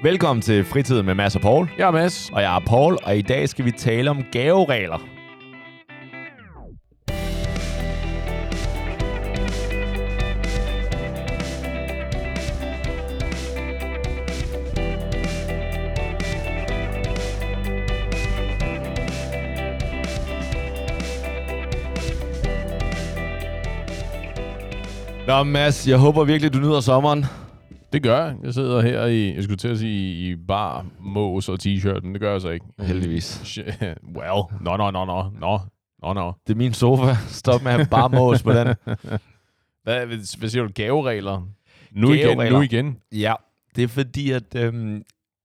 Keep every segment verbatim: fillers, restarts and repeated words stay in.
Velkommen til Fritid med Mads og Paul. Jeg er Mads. Og jeg er Paul, og i dag skal vi tale om gaveregler. Nå Mads, jeg håber virkelig, du nyder sommeren. Det gør jeg. Jeg sidder her i, jeg skulle til at sige, i bar, mås og t-shirt, men det gør jeg så ikke. Heldigvis. Well, no, no, no, no, no, no, no. Det er min sofa. Stop med at have bare mås på den. Hvad, hvad siger du? Gaveregler? Nu Gaveregler. igen, nu igen. Ja, det er fordi, at øhm,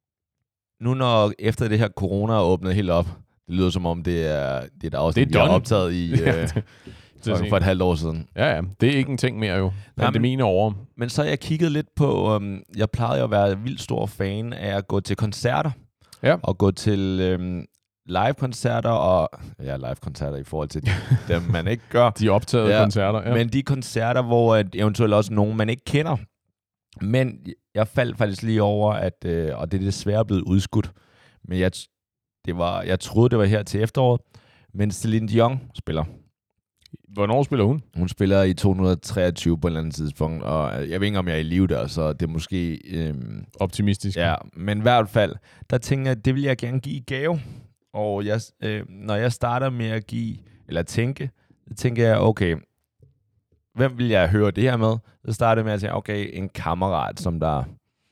nu når efter det her corona er åbnet helt op, det lyder som om, det er, det er et afsnit, det er vi har done. optaget i Ja, øh, det, for et halvt år siden. Ja, ja. Det er ikke en ting mere jo. Pandemien er over. Men så har jeg kigget lidt på, øhm, jeg plejede jo at være vildt stor fan af at gå til koncerter. Ja. Og gå til øhm, live-koncerter, og ja, live-koncerter i forhold til dem, man ikke gør. De optagede ja. koncerter. Ja. Men de koncerter, hvor at eventuelt også nogen, man ikke kender. Men jeg faldt faktisk lige over, at, øh, og det er desværre blevet udskudt, men jeg, det var, jeg troede, det var her til efteråret, men Celine Dion spiller. Hvornår spiller hun? Hun spiller i to tusind og treogtyve på et eller andet tidspunkt, og jeg ved ikke, om jeg er i live der, så det er måske... Øhm, optimistisk. Ja, men i hvert fald, der tænker jeg, at det vil jeg gerne give i gave. Og jeg, øh, når jeg starter med at give, eller tænke, så tænker jeg, okay, hvem vil jeg høre det her med? Så starter jeg med at tænke, okay, en kammerat, som der...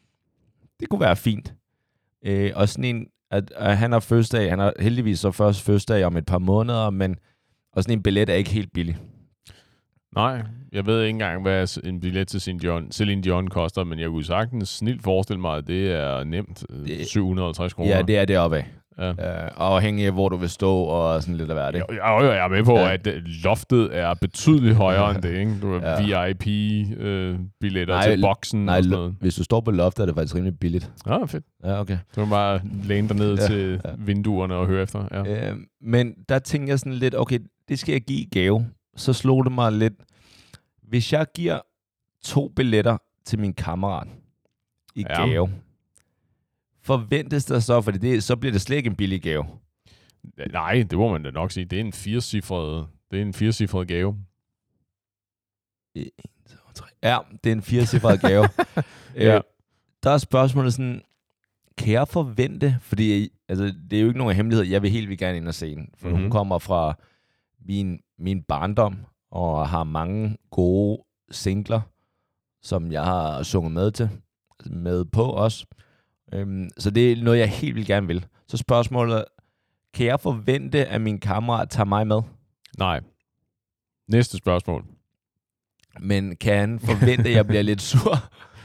Det kunne være fint. Øh, og sådan en, at, at han har fødselsdag, han har heldigvis så først fødselsdag om et par måneder, men og sådan en billet er ikke helt billig. Nej, jeg ved ikke engang, hvad en billet til Celine Dion, Celine Dion koster, men jeg kunne sagtens snilt forestille mig, at det er nemt det, syv hundrede og halvtreds kroner. Ja, det er det oppe af. Ja. Uh, afhængig af, hvor du vil stå og sådan lidt af hvert, ikke? Jo, jo, jeg er med på, ja. At loftet er betydeligt højere end det, ikke? Du har ja. V I P-billetter øh, til boksen nej, og sådan noget. Hvis du står på loftet, er det faktisk rimelig billigt. Ja, fedt. Ja, okay. Du kan bare læne dig ned ja, til ja. vinduerne og høre efter. Ja. Uh, men der tænker jeg sådan lidt, okay, det skal jeg give i gave. Så slog det mig lidt, hvis jeg giver to billetter til min kammerat i ja. gave, forventes der så, fordi det, så bliver det slet ikke en billig gave. Nej, det må man da nok sige. Det er en firecifret, det er en firecifret gave. en, to, tre Ja, det er en firecifret gave. ja. øh, der er spørgsmålet sådan, kan jeg forvente, fordi altså, det er jo ikke nogen hemmelighed, jeg vil helt vildt gerne ind og se den, for mm-hmm. hun kommer fra min, min barndom, og har mange gode singler, som jeg har sunget med til, med på også. Øhm, så det er noget, jeg helt vildt gerne vil. Så spørgsmålet, kan jeg forvente, at min kammerat tager mig med? Nej. Næste spørgsmål. Men kan han forvente, at jeg bliver lidt sur?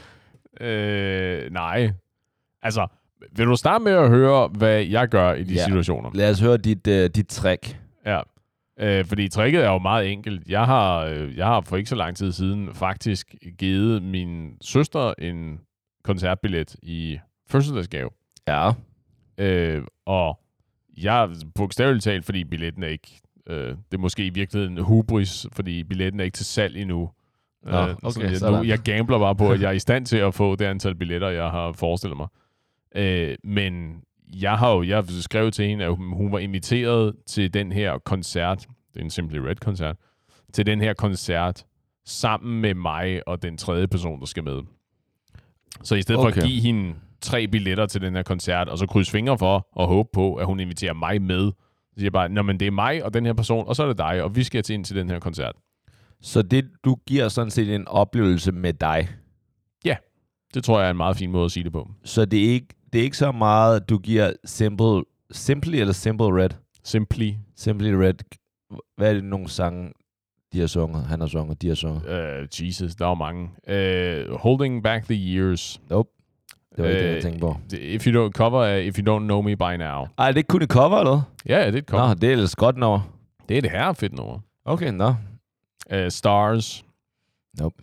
øh, nej. Altså, vil du starte med at høre, hvad jeg gør i de ja. situationer? Lad os høre dit, uh, dit trick. Ja. Øh, fordi tricket er jo meget enkelt. Jeg har, øh, jeg har for ikke så lang tid siden faktisk givet min søster en koncertbillet i fødselsdagsgave. Ja. Øh, og jeg bogstaveligt talt, fordi billetten er ikke... Øh, det er måske i virkeligheden hubris, fordi billetten er ikke til salg endnu. Nå, øh, okay, jeg, nu, jeg gambler bare på, at jeg er i stand til at få det antal billetter, jeg har forestillet mig. Øh, men jeg har jo jeg skrev til hende, at hun var inviteret til den her koncert, det er en Simply Red-koncert, til den her koncert sammen med mig og den tredje person, der skal med. Så i stedet okay. for at give hende tre billetter til den her koncert, og så krydse fingre for og håbe på, at hun inviterer mig med, så siger jeg bare, nå, men det er mig og den her person, og så er det dig, og vi skal til ind til den her koncert. Så det, du giver sådan set en oplevelse med dig? Ja, det tror jeg er en meget fin måde at sige det på. Så det er ikke, det er ikke så meget, du giver simple, Simply eller Simple Red? Simply. Simply Red. Hvad er det nogle sange, de har sunget? Han har sunget, de har sunget? Uh, Jesus, der er mange. Uh, Holding Back the Years. Nope. Det var ikke uh, det, jeg tænkte på. If you don't cover, uh, If You Don't Know Me By Now. Ej, det er kun et cover, eller? Ja, ja, det er et cover. Nå, det er ellers godt nummer. Det er det her fedt nummer. Okay, nå. Uh, Stars. Nope.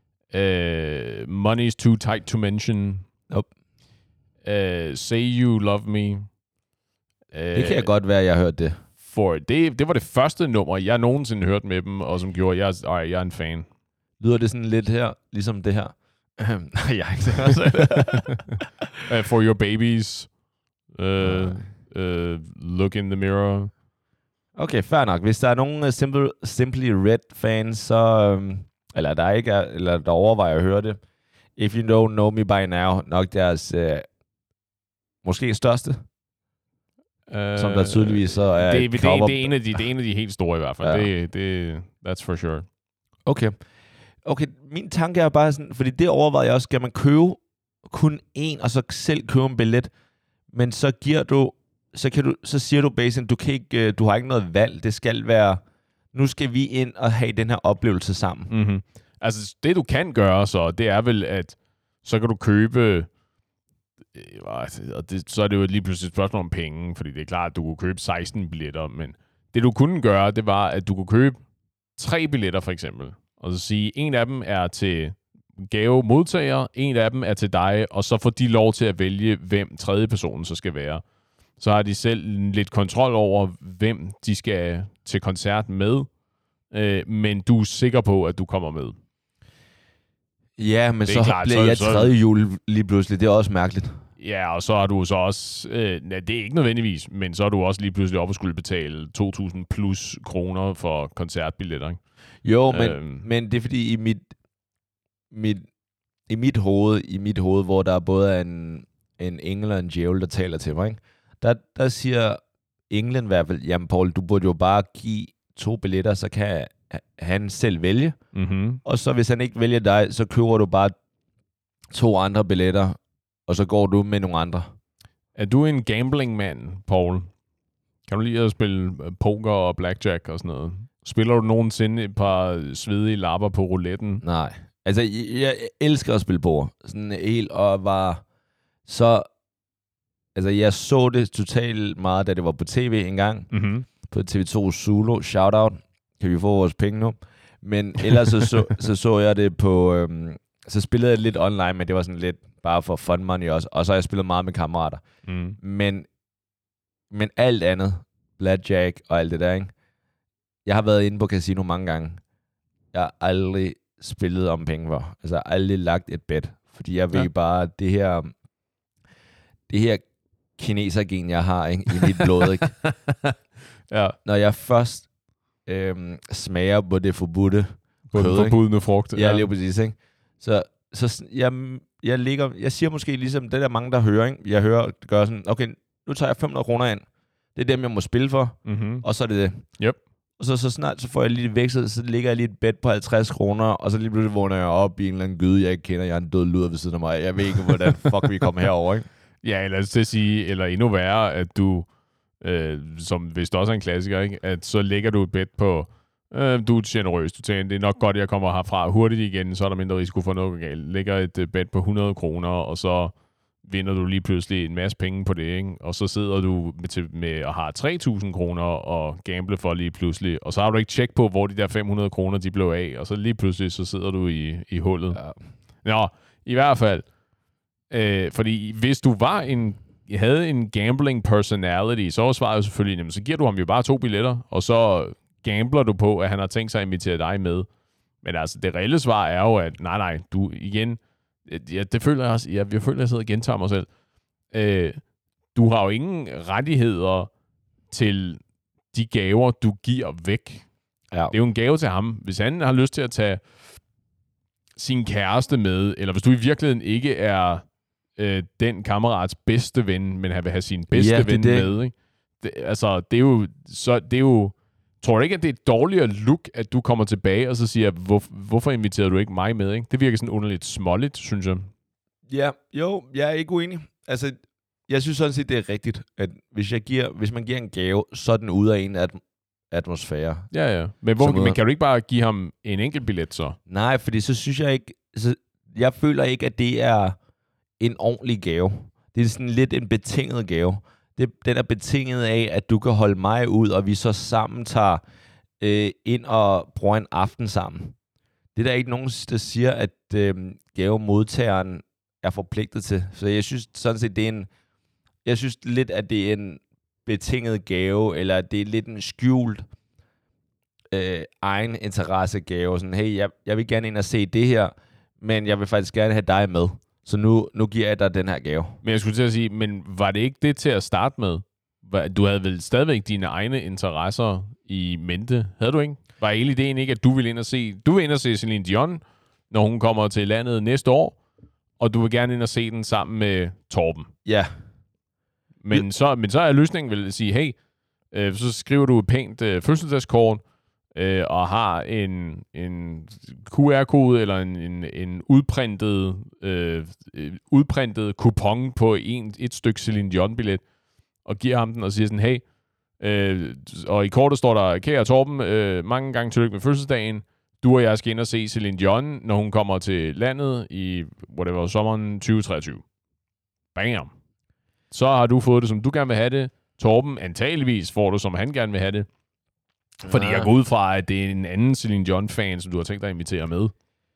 Uh, Money's Too Tight to Mention. Nope. Uh, Say You Love Me. Uh, det kan jeg godt være, jeg har hørt det. For det, det var det første nummer, jeg nogensinde hørte med dem, og som gjorde, jeg, øh, jeg er en fan. Lyder det sådan lidt her, ligesom det her? Nej, jeg har ikke set uh, For your babies. Uh, uh, look in the mirror. Okay, fair nok. Hvis der er nogen uh, Simple, Simply Red-fans, så... Um, eller der ikke er, eller der overvejer at høre det. If You Don't Know Me By Now, nok deres... Uh, måske største. Uh, som der tydeligvis så er... Det, det, det, det, er en af de, det er en af de helt store i hvert fald. Ja. Det, det, that's for sure. Okay. Okay, min tanke er bare sådan... Fordi det overvejer jeg også. Skal man købe kun én, og så selv købe en billet? Men så giver du... Så, kan du, så siger du basically, du kan ikke, du har ikke noget valg. Det skal være, nu skal vi ind og have den her oplevelse sammen. Mm-hmm. Altså, det du kan gøre så, det er vel, at så kan du købe, og det, så er det jo lige pludselig et spørgsmål om penge, fordi det er klart, at du kunne købe seksten billetter, men det du kunne gøre, det var, at du kunne købe tre billetter for eksempel, og så sige, en af dem er til gavemodtager, en af dem er til dig, og så får de lov til at vælge, hvem tredje personen så skal være. Så har de selv lidt kontrol over, hvem de skal til koncert med, øh, men du er sikker på, at du kommer med. Ja, men så klart, bliver så, jeg tredje jul lige pludselig. Det er også mærkeligt. Ja, og så har du så også... Øh, nej, det er ikke nødvendigvis, men så er du også lige pludselig oppe og skulle betale to tusind plus kroner for koncertbilletter. Ikke? Jo, men, øhm. men det er fordi i mit, mit, i mit hoved, i mit hoved, hvor der både er en, en engel og en djævel, der taler til mig, ikke? Der, der siger englen i hvert fald, jamen Paul, du burde jo bare give to billetter, så kan han selv vælge. Mm-hmm. Og så hvis han ikke vælger dig, så køber du bare to andre billetter, og så går du med nogle andre. Er du en gambling-mand, Paul? Kan du lide at spille poker og blackjack og sådan noget? Spiller du nogensinde et par svedige lapper på rouletten? Nej. Altså, jeg, jeg elsker at spille poker. Sådan helt, og var så... Altså, jeg så det totalt meget, da det var på tv en gang. Mm-hmm. På T V to Zulu. Shoutout. Kan vi få vores penge nu? Men ellers så, så, så, så jeg det på... Øhm, så spillede jeg lidt online, men det var sådan lidt bare for fun money også. Og så har jeg spillet meget med kammerater. Mm. Men, men alt andet, blackjack og alt det der, ikke? Jeg har været inde på casino mange gange. Jeg har aldrig spillet om penge for. Altså, jeg har aldrig lagt et bet. Fordi jeg ved ja. bare, det her... Det her kinesergen, jeg har, ikke, i mit blod, ikke? Ja. Når jeg først øhm, smager på det forbudte på kød, den forbudne frugt. Ja, lige præcis, ikke? Så, så jeg, jeg, ligger, jeg siger måske ligesom, det der mange, der hører, ikke? Jeg hører, gør sådan, okay, nu tager jeg fem hundrede kroner ind. Det er dem, jeg må spille for, mm-hmm. og så er det det. Yep. Og så, så snart, så får jeg lige vekslet, så ligger jeg lige et bet på halvtreds kroner, og så lige pludselig vågner jeg op i en eller anden gyde, jeg ikke kender. Jeg er en død luder ved siden af mig. Jeg ved ikke, hvordan fuck vi kommer herover, ikke? Ja, eller til at sige, eller endnu værre, at du, øh, som hvis det også er en klassiker, ikke? At så lægger du et bet på, øh, du er generøs, du tænker, det er nok godt, at jeg kommer herfra hurtigt igen, så er der mindre risiko for noget galt. Lægger et uh, bet på hundrede kroner, og så vinder du lige pludselig en masse penge på det, ikke? Og så sidder du med, til, med og har tre tusind kroner og gamble for lige pludselig, og så har du ikke tjek på, hvor de der fem hundrede kroner, de blev af, og så lige pludselig, så sidder du i, i hullet. Ja. Nå, i hvert fald, Øh, fordi hvis du var en, havde en gambling personality, så var svaret jo selvfølgelig, jamen, så giver du ham jo bare to billetter, og så gambler du på, at han har tænkt sig at invitere dig med. Men altså, det reelle svar er jo, at nej, nej, du igen, ja, det føler jeg også, jeg, jeg føler, at jeg sidder og gentager mig selv. Øh, du har jo ingen rettigheder til de gaver, du giver væk. Ja. Det er jo en gave til ham. Hvis han har lyst til at tage sin kæreste med, eller hvis du i virkeligheden ikke er øh, den kammerats bedste ven, men han vil have sin bedste ja, ven det. med, ikke? Det, altså, det er jo, så, det er jo, tror du ikke, at det er et dårligere look, at du kommer tilbage, og så siger, Hvor, hvorfor inviterede du ikke mig med, ikke? Det virker sådan underligt småligt, synes jeg. Ja, jo, jeg er ikke uenig. Altså, jeg synes sådan set, det er rigtigt, at hvis, jeg giver, hvis man giver en gave, så er den ude af en at atmosfære. Ja, ja. Men, hvor, men kan du ikke bare give ham en enkelt billet så? Nej, fordi så synes jeg ikke... Så jeg føler ikke, at det er en ordentlig gave. Det er sådan lidt en betinget gave. Det, den er betinget af, at du kan holde mig ud, og vi så sammen tager øh, ind og bruger en aften sammen. Det er der ikke nogen, der siger, at øh, gavemodtageren er forpligtet til. Så jeg synes sådan set, det er en... Jeg synes lidt, at det er en betinget gave, eller det er lidt en skjult øh, egen interessegave. Sådan, hey, jeg, jeg vil gerne ind og se det her, men jeg vil faktisk gerne have dig med. Så nu, nu giver jeg dig den her gave. Men jeg skulle til at sige, men var det ikke det til at starte med? Du havde vel stadigvæk dine egne interesser i mente, havde du ikke? Var hele ideen ikke, at du ville ind og se, du vil ind og se Celine Dion, når hun kommer til landet næste år, og du vil gerne ind og se den sammen med Torben? Ja. Men, ja. Så, men så er løsningen vel at sige, hey, øh, så skriver du et pænt øh, fødselsdagskort, øh, og har en, en Q R-kode eller en, en, en udprintet, øh, udprintet kupon på en, et stykke Celine Dion-billet, og giver ham den og siger sådan, hey, øh, og i kortet står der, kære Torben, øh, mange gange tillykke med fødselsdagen. Du og jeg skal ind og se Celine Dion, når hun kommer til landet i, whatever, sommeren tyve treogtyve. Bam! Så har du fået det, som du gerne vil have det. Torben, antageligvis får du, som han gerne vil have det. Fordi ja. Jeg går ud fra, at det er en anden Celine Dion-fan, som du har tænkt dig at invitere med.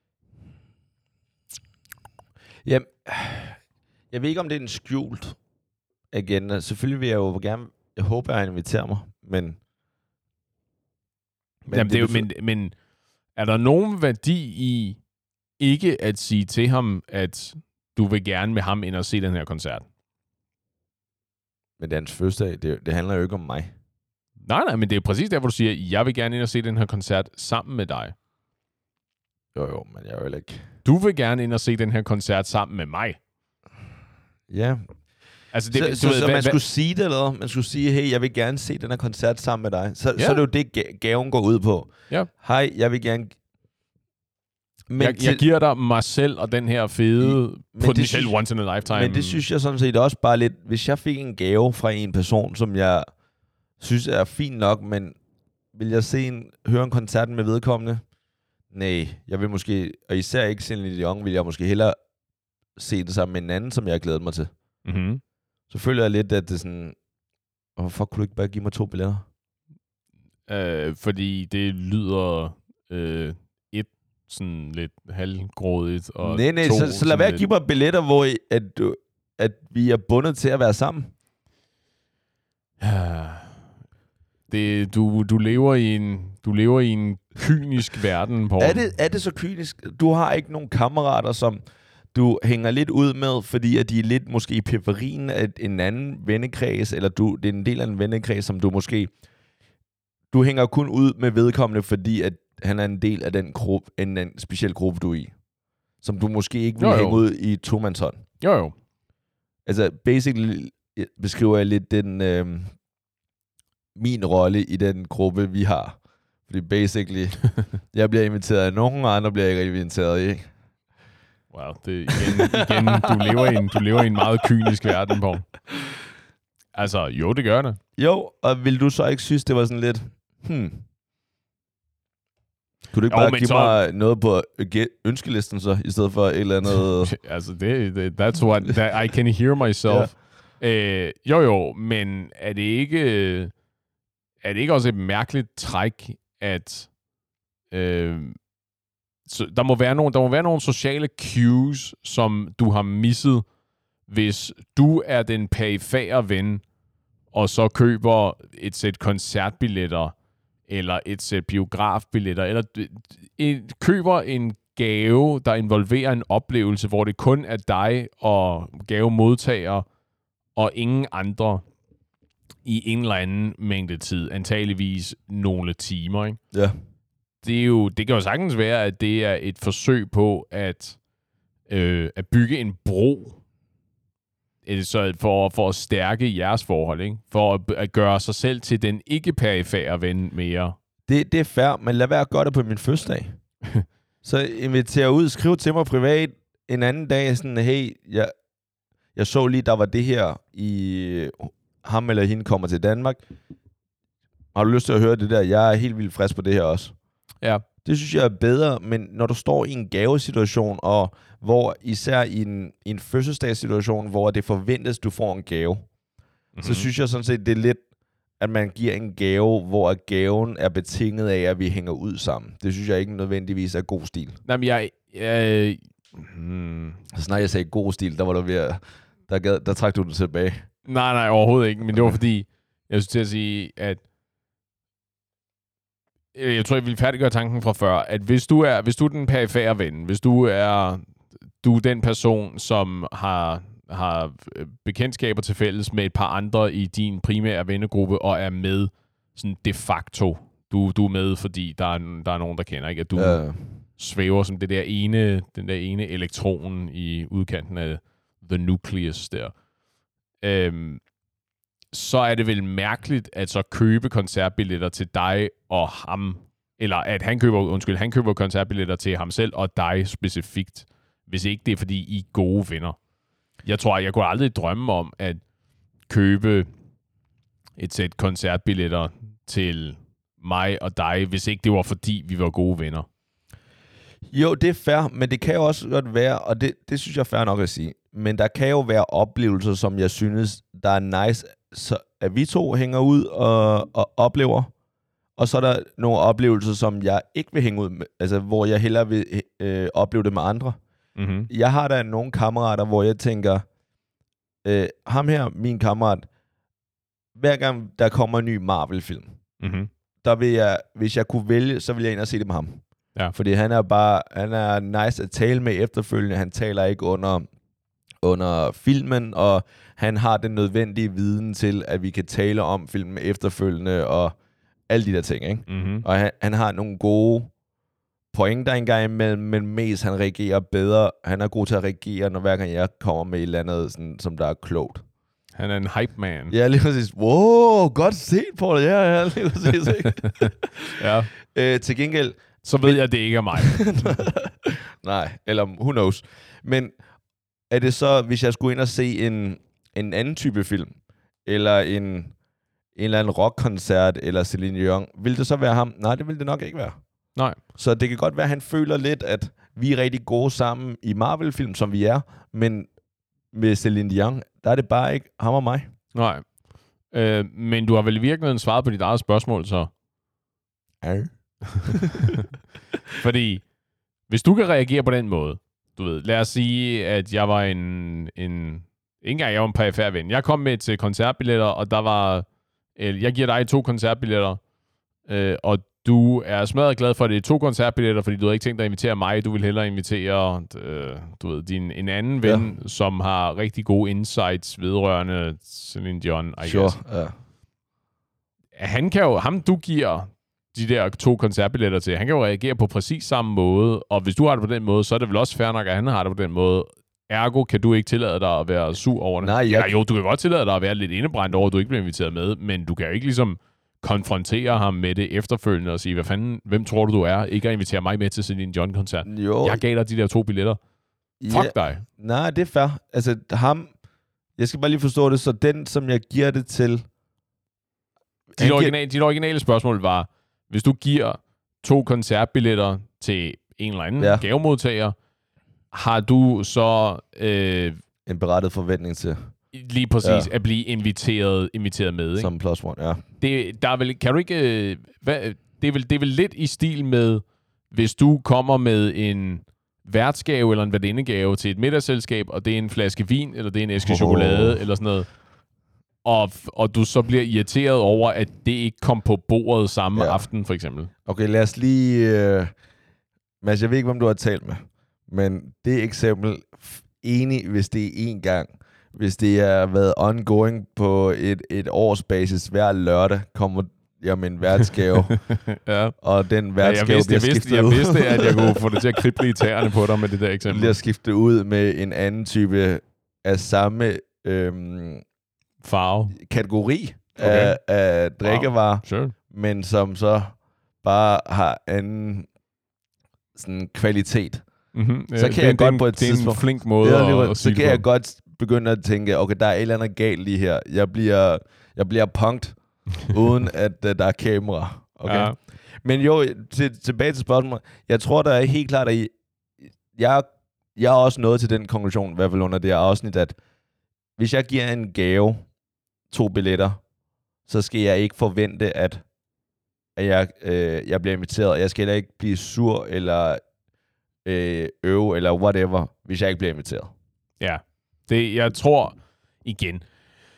Jamen, jeg ved ikke, om det er en skjult agenda. Selvfølgelig vil jeg jo gerne, jeg håber, at han inviterer mig, men... Men, Jamen, det er jo, men, men er der nogen værdi i ikke at sige til ham, at du vil gerne med ham ind og se den her koncert? Men det er hans fødselsdag. Det, det handler jo ikke om mig. Nej, nej, men det er præcis der, hvor du siger, jeg vil gerne ind og se den her koncert sammen med dig. Jo, jo, men jeg er jo ikke... Du vil gerne ind og se den her koncert sammen med mig. Ja. Altså, det, så du så, ved, så hvad, man hvad? skulle sige det, eller man skulle sige, hey, jeg vil gerne se den her koncert sammen med dig. Så, Ja. så er det jo det, gaven går ud på. Ja. Hej, jeg vil gerne... Men jeg, til... jeg giver dig mig selv og den her fede potentielt synes... once in a lifetime. Men det synes jeg sådan set også bare lidt... Hvis jeg fik en gave fra en person, som jeg synes er fin nok, men vil jeg se en, høre en koncert med vedkommende? Nej, jeg vil måske... Og især ikke Celine Dion, vil jeg måske hellere se det sammen med en anden, som jeg har glædet mig til. Mm-hmm. Så føler jeg lidt, at det er sådan... Hvorfor kunne du ikke bare give mig to billetter? Øh, fordi det lyder øh, et sådan lidt halvgrådigt, og nej, nej, to, så, så lad være at give mig billetter, hvor I, at, du, at vi er bundet til at være sammen. Ja. Det, du, du, lever i en, du lever i en kynisk verden, Paul. Er det, er det så kynisk? Du har ikke nogen kammerater, som du hænger lidt ud med, fordi at de er lidt måske i periferien af en anden vennekreds, eller du, det er en del af en vennekreds, som du måske... Du hænger kun ud med vedkommende, fordi at han er en del af den gruppe, en, en speciel gruppe, du er i. Som du måske ikke vil jo, jo. hænge ud i tomandshånd. Jo, jo. Altså, basically beskriver jeg lidt den... Øh, min rolle i den gruppe, vi har. Fordi basically, jeg bliver inviteret af nogen, og andre bliver ikke inviteret, ikke? Wow, det igen, igen du, lever i en, du lever i en meget kynisk verden, Paul. Altså, jo, det gør det. Jo, og vil du så ikke synes, det var sådan lidt, hmm... Kunne du ikke jo, bare give så... mig noget på ønskelisten så, i stedet for et eller andet... altså, det, det, that's what... That, I can hear myself. Ja. Øh, jo, jo, men er det ikke... Er det ikke også et mærkeligt træk, at øh, så der, må være nogle, der må være nogle sociale cues, som du har misset, hvis du er den perifære ven, og så køber et sæt koncertbilletter, eller et sæt biografbilletter, eller et, køber en gave, der involverer en oplevelse, hvor det kun er dig og gavemodtager, og ingen andre, i en eller anden mængde tid, antageligvis nogle timer, ikke? Ja. Det, er jo, det kan jo sagtens være, at det er et forsøg på at, øh, at bygge en bro, så for, for at stærke jeres forhold, ikke? For at, at gøre sig selv til den ikke-perifære ven mere. Det, det er fair, men lad være at gøre det på min fødselsdag. Så inviter ud, skriv til mig privat en anden dag, sådan, hey, jeg, jeg så lige, der var det her i... ham eller hende kommer til Danmark. Har du lyst til at høre det der? Jeg er helt vildt frisk på det her også. Ja. Det synes jeg er bedre, men når du står i en gavesituation, og hvor især i en, i en fødselsdagssituation, hvor det forventes, du får en gave, mm-hmm. så synes jeg sådan set, det er lidt, at man giver en gave, hvor gaven er betinget af, at vi hænger ud sammen. Det synes jeg ikke nødvendigvis er god stil. Nej, men jeg... jeg hmm. Så snart jeg sagde god stil, der var du ved at, der, gad, der trak du den tilbage. Nej, nej, overhovedet ikke. Men det var fordi, jeg skulle til at sige, at Jeg tror, jeg vil færdiggøre tanken fra før, at hvis du er, hvis du er den perifære ven, hvis du er, du er den person, som har, har bekendtskaber til fælles med et par andre i din primære vennegruppe, og er med sådan de facto, du, du er med, fordi der er, der er nogen, der kender, ikke? At du ja. svæver som det der ene, den der ene elektron i udkanten af the nucleus der. Øhm, så er det vel mærkeligt at så købe koncertbilletter til dig og ham, eller at han køber, undskyld, han køber koncertbilletter til ham selv og dig specifikt, hvis ikke det er, fordi I er gode venner. Jeg tror, jeg kunne aldrig drømme om at købe et sæt koncertbilletter til mig og dig, hvis ikke det var, fordi vi var gode venner. Jo, det er fair, men det kan jo også godt være, og det, det synes jeg er fair nok at sige, men der kan jo være oplevelser, som jeg synes, der er nice, så at vi to hænger ud og, og oplever, og så er der nogle oplevelser, som jeg ikke vil hænge ud med, altså hvor jeg hellere vil øh, opleve det med andre. Mm-hmm. Jeg har da nogle kammerater, hvor jeg tænker, øh, ham her, min kammerat, hver gang der kommer en ny Marvel-film, mm-hmm. der vil jeg, hvis jeg kunne vælge, så vil jeg ind og se det med ham. Ja. Fordi han er bare, han er nice at tale med efterfølgende, han taler ikke under, under filmen, og han har den nødvendige viden til, at vi kan tale om filmen efterfølgende, og alle de der ting, ikke? Mm-hmm. Og han, han har nogle gode pointer engang imellem, men mest han reagerer bedre. Han er god til at reagere, når hver gang jeg kommer med et eller andet, sådan, som der er klogt. Han er en hype man. Ja, lige præcis. Wow, godt set, Paul. Ja, ja, lige præcis. ja. Øh, til gengæld... Så ved jeg, at det ikke er mig. Nej, eller who knows. Men er det så, hvis jeg skulle ind og se en, en anden type film, eller en, en eller anden rockkoncert, eller Celine Dion, vil det så være ham? Nej, det vil det nok ikke være. Nej. Så det kan godt være, at han føler lidt, at vi er rigtig gode sammen i Marvel-film, som vi er, men med Celine Dion, der er det bare ikke ham og mig. Nej. Øh, men du har vel i virkeligheden svaret på dit eget spørgsmål, så? Ja. Fordi, hvis du kan reagere på den måde, du ved, lad os sige, at jeg var en, en ikke engang jeg var en perifær ven. Jeg kom med til koncertbilletter, og der var, jeg giver dig to koncertbilletter, øh, og du er smadret glad for, at det er to koncertbilletter, fordi du har ikke tænkt dig at invitere mig, du vil hellere invitere, øh, du ved, din, en anden ven, ja. som har rigtig gode insights vedrørende Celine Dion, I sure, guess. ja. Han kan jo, ham du giver de der to koncertbilletter til, han kan jo reagere på præcis samme måde, og hvis du har det på den måde, så er det vel også fair nok, at han har det på den måde. Ergo kan du ikke tillade dig at være sur over det. Nej, jeg... ja, jo, du kan godt tillade dig at være lidt indebrændt over, at du ikke bliver inviteret med, men du kan jo ikke ligesom konfrontere ham med det efterfølgende og sige, hvad fanden, hvem tror du, du er? Ikke at invitere mig med til Celine Dion-koncert. Jo. Jeg gav dig de der to billetter. Ja. Fuck dig. Nej, det er fair. Altså, ham... Jeg skal bare lige forstå det, så den, som jeg giver det til... Dit, original, dit originale spørgsmål var, hvis du giver to koncertbilletter til en eller anden ja. gavemodtager, har du så... Øh, en berettet forventning til... Lige præcis, ja. at blive inviteret, inviteret med, ikke? Som plus one, ja. Det, der er vel, kan du ikke... Hvad, det, er vel, det er vel lidt i stil med, hvis du kommer med en værtsgave eller en værdindegave til et middagsselskab, og det er en flaske vin, eller det er en æske oh. chokolade, eller sådan noget, og, og du så bliver irriteret over, at det ikke kom på bordet samme ja. aften, for eksempel. Okay, lad os lige... Øh... Mads, jeg ved ikke, hvem du har talt med, men det eksempel, enig, hvis det er én gang, hvis det har været ongoing på et, et års basis, hver lørdag kommer jeg med en værtsgave, ja. og den værtsgave ja, vidste, bliver jeg skiftet vidste, ud. Jeg vidste, at jeg kunne få det til at krible i tæerne på dig med det der eksempel. Bliver skiftet ud med en anden type af samme øhm, farve, kategori okay. af, af drikkevarer, wow. sure. men som så bare har anden sådan kvalitet. Mm-hmm. Så kan ja, jeg godt en, på et tidspunkt... Det er en flink måde ja, at, at så kan jeg godt begynde at tænke, okay, der er et eller andet galt lige her. Jeg bliver, jeg bliver punkt, uden at uh, der er kamera. Okay? Ja. Men jo, til, tilbage til spørgsmålet. Jeg tror, der er helt klart, at I, jeg, jeg er også nået til den konklusion, i hvert fald under det her afsnit, at hvis jeg giver en gave, to billetter, så skal jeg ikke forvente, at, at jeg, øh, jeg bliver inviteret. Jeg skal heller ikke blive sur, eller øh, øve, eller whatever, hvis jeg ikke bliver inviteret. Ja. Det, jeg tror, igen,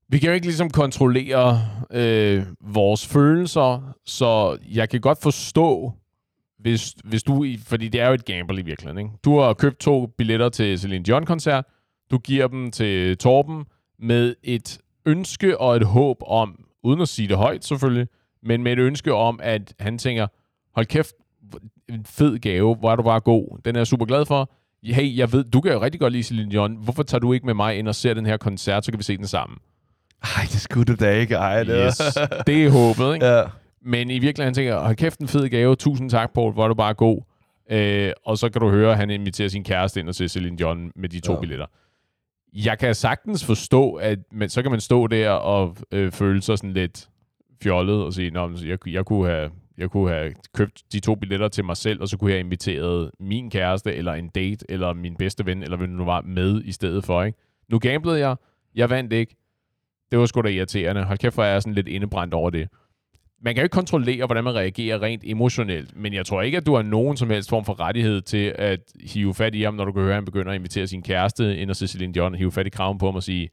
Vi kan jo ikke ligesom kontrollere øh, vores følelser, så jeg kan godt forstå, hvis, hvis du... Fordi det er jo et gamble i virkeligheden, ikke? Du har købt to billetter til Celine Dion-koncert. Du giver dem til Torben med et ønske og et håb om, uden at sige det højt selvfølgelig, men med et ønske om, at han tænker, hold kæft, en fed gave, hvor er du bare god. Den er jeg super glad for. Hey, jeg ved, du kan jo rigtig godt lide Celine Dion. Hvorfor tager du ikke med mig ind og ser den her koncert, så kan vi se den sammen? Ej, det skulle du da ikke. Ej, det, yes. Det er håbet, ikke? Ja. Men i virkeligheden tænker jeg, hold kæft, en fed gave. Tusind tak, Paul, hvor er du bare god. Øh, og så kan du høre, at han inviterer sin kæreste ind og ser Celine Dion med de to ja. billetter. Jeg kan sagtens forstå, at men, så kan man stå der og øh, føle sig sådan lidt fjollet og sige, nå, jeg, jeg, kunne have, jeg kunne have købt de to billetter til mig selv, og så kunne jeg have inviteret min kæreste, eller en date, eller min bedste ven, eller hvem nu var med i stedet for, ikke? Nu gamblede jeg. Jeg vandt ikke. Det var sgu da irriterende. Hold kæft, hvor jeg er sådan lidt indebrændt over det. Man kan jo ikke kontrollere, hvordan man reagerer rent emotionelt, men jeg tror ikke, at du har nogen som helst form for rettighed til at hive fat i ham, når du kan høre, at han begynder at invitere sin kæreste ind og se Celine Dion, hive fat i kraven på ham og sige,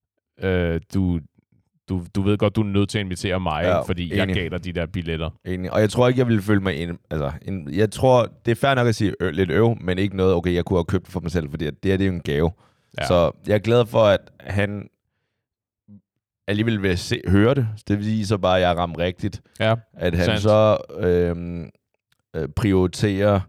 øh, du, du, du ved godt, du er nødt til at invitere mig, ja, fordi enig. Jeg gav dig de der billetter. Enig. Og jeg tror ikke, jeg ville føle mig ind. Altså, en, jeg tror, det er fair nok at sige ø, lidt øv, men ikke noget, okay, jeg kunne have købt for mig selv, fordi det her, det er jo en gave. Ja. Så jeg er glad for, at han alligevel vil se, høre det. Det vil sige så bare, at jeg ramt rigtigt. Ja, at han sandt. så øhm, øh, prioriterer